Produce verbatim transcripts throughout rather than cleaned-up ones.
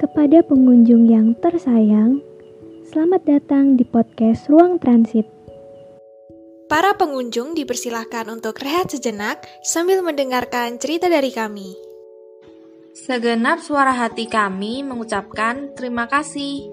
Kepada pengunjung yang tersayang, selamat datang di podcast Ruang Transit. Para pengunjung dipersilahkan untuk rehat sejenak sambil mendengarkan cerita dari kami. Segenap suara hati kami mengucapkan terima kasih.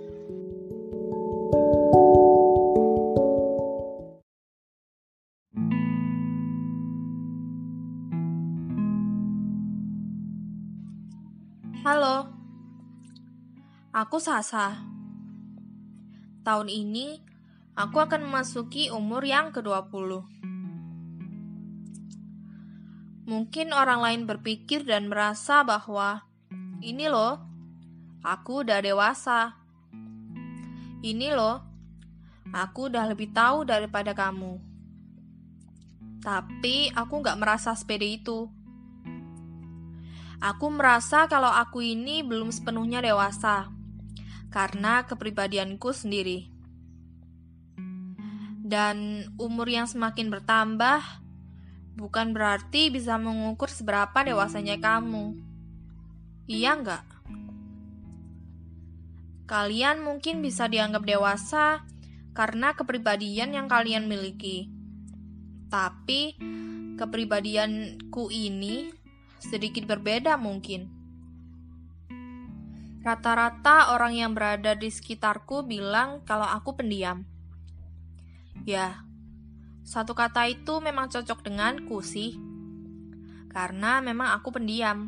Halo, aku Sasa. Tahun ini, aku akan memasuki umur yang kedua puluh. Mungkin orang lain berpikir dan merasa bahwa ini loh, aku udah dewasa. Ini loh, aku udah lebih tahu daripada kamu. Tapi aku gak merasa sepede itu. Aku merasa kalau aku ini belum sepenuhnya dewasa, karena kepribadianku sendiri. Dan umur yang semakin bertambah, bukan berarti bisa mengukur seberapa dewasanya kamu. Iya nggak? Kalian mungkin bisa dianggap dewasa karena kepribadian yang kalian miliki. Tapi, kepribadianku ini sedikit berbeda mungkin. Rata-rata orang yang berada di sekitarku bilang kalau aku pendiam. Ya, satu kata itu memang cocok denganku sih. Karena memang aku pendiam.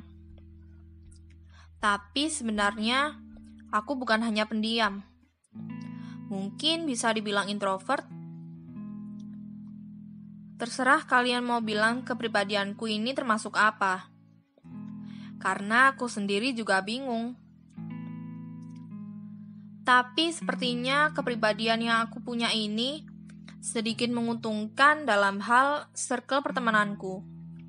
Tapi sebenarnya aku bukan hanya pendiam. Mungkin bisa dibilang introvert. Terserah kalian mau bilang kepribadianku ini termasuk apa. Karena aku sendiri juga bingung. Tapi sepertinya kepribadian yang aku punya ini sedikit menguntungkan dalam hal circle pertemananku.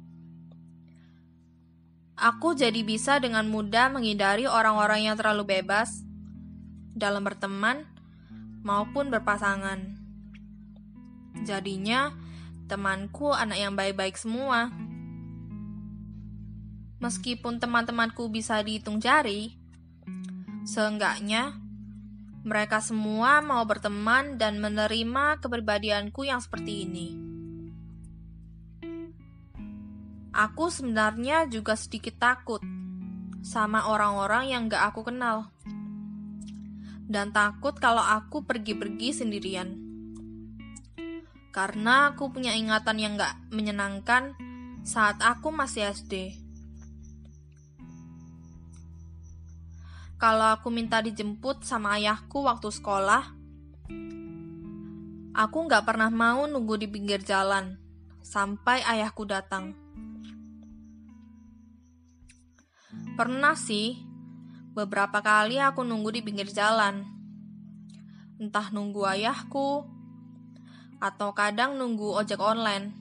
Aku jadi bisa dengan mudah menghindari orang-orang yang terlalu bebas dalam berteman maupun berpasangan. Jadinya, temanku anak yang baik-baik semua. Meskipun teman-temanku bisa dihitung jari, seenggaknya mereka semua mau berteman dan menerima kepribadianku yang seperti ini. Aku sebenarnya juga sedikit takut sama orang-orang yang gak aku kenal. Dan takut kalau aku pergi-pergi sendirian. Karena aku punya ingatan yang gak menyenangkan saat aku masih S D. Kalau aku minta dijemput sama ayahku waktu sekolah, aku gak pernah mau nunggu di pinggir jalan sampai ayahku datang. Pernah sih, beberapa kali aku nunggu di pinggir jalan. Entah nunggu ayahku, atau kadang nunggu ojek online.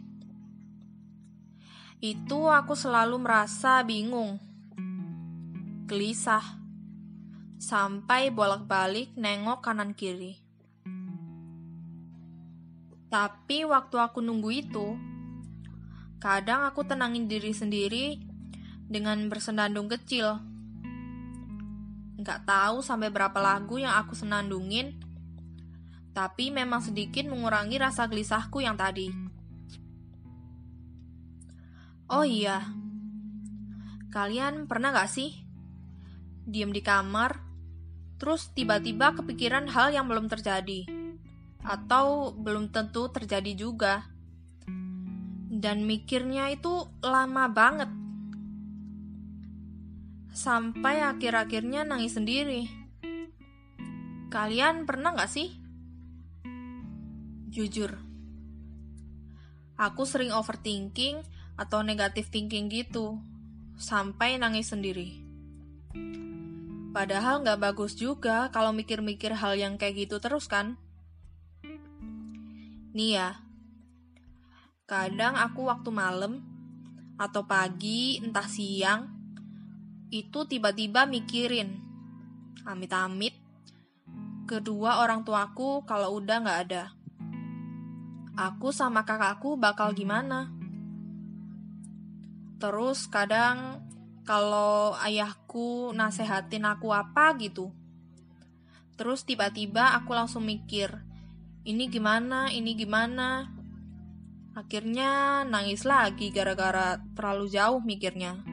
Itu aku selalu merasa bingung, gelisah, sampai bolak-balik nengok kanan kiri. Tapi waktu aku nunggu itu, kadang aku tenangin diri sendiri dengan bersenandung kecil. Gak tahu sampai berapa lagu yang aku senandungin, tapi memang sedikit mengurangi rasa gelisahku yang tadi. Oh iya, kalian pernah gak sih diam di kamar, terus tiba-tiba kepikiran hal yang belum terjadi, atau belum tentu terjadi juga, dan mikirnya itu lama banget, sampai akhir-akhirnya nangis sendiri. Kalian pernah gak sih? Jujur, aku sering overthinking atau negative thinking gitu, sampai nangis sendiri. Padahal gak bagus juga kalau mikir-mikir hal yang kayak gitu terus kan? Nih ya, kadang aku waktu malam atau pagi, entah siang, itu tiba-tiba mikirin, amit-amit, kedua orang tuaku kalau udah gak ada. Aku sama kakakku bakal gimana? Terus kadang kalau ayahku nasehatin aku apa gitu. Terus tiba-tiba aku langsung mikir, ini gimana, ini gimana. Akhirnya nangis lagi gara-gara terlalu jauh mikirnya.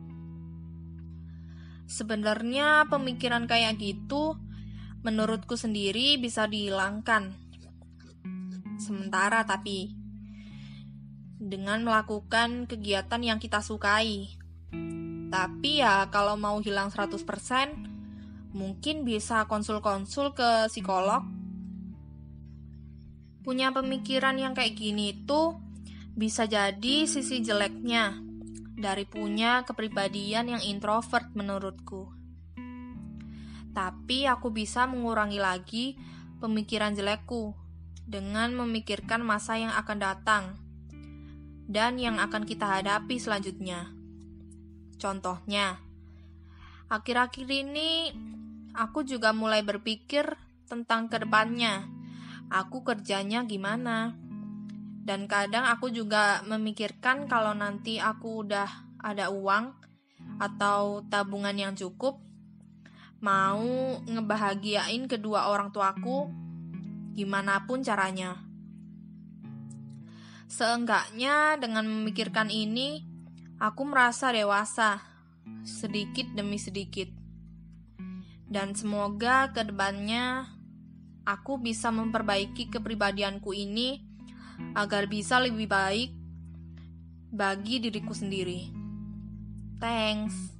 Sebenarnya pemikiran kayak gitu menurutku sendiri bisa dihilangkan. Sementara tapi dengan melakukan kegiatan yang kita sukai. Tapi ya kalau mau hilang seratus persen, mungkin bisa konsul-konsul ke psikolog. Punya pemikiran yang kayak gini tuh bisa jadi sisi jeleknya dari punya kepribadian yang introvert menurutku. Tapi aku bisa mengurangi lagi pemikiran jelekku dengan memikirkan masa yang akan datang dan yang akan kita hadapi selanjutnya. Contohnya, akhir-akhir ini aku juga mulai berpikir tentang kedepannya. Aku kerjanya gimana? Dan kadang aku juga memikirkan kalau nanti aku udah ada uang atau tabungan yang cukup, mau ngebahagiain kedua orang tuaku gimana pun caranya. Seenggaknya dengan memikirkan ini, aku merasa dewasa, sedikit demi sedikit. Dan semoga ke depannya aku bisa memperbaiki kepribadianku ini agar bisa lebih baik bagi diriku sendiri. Thanks.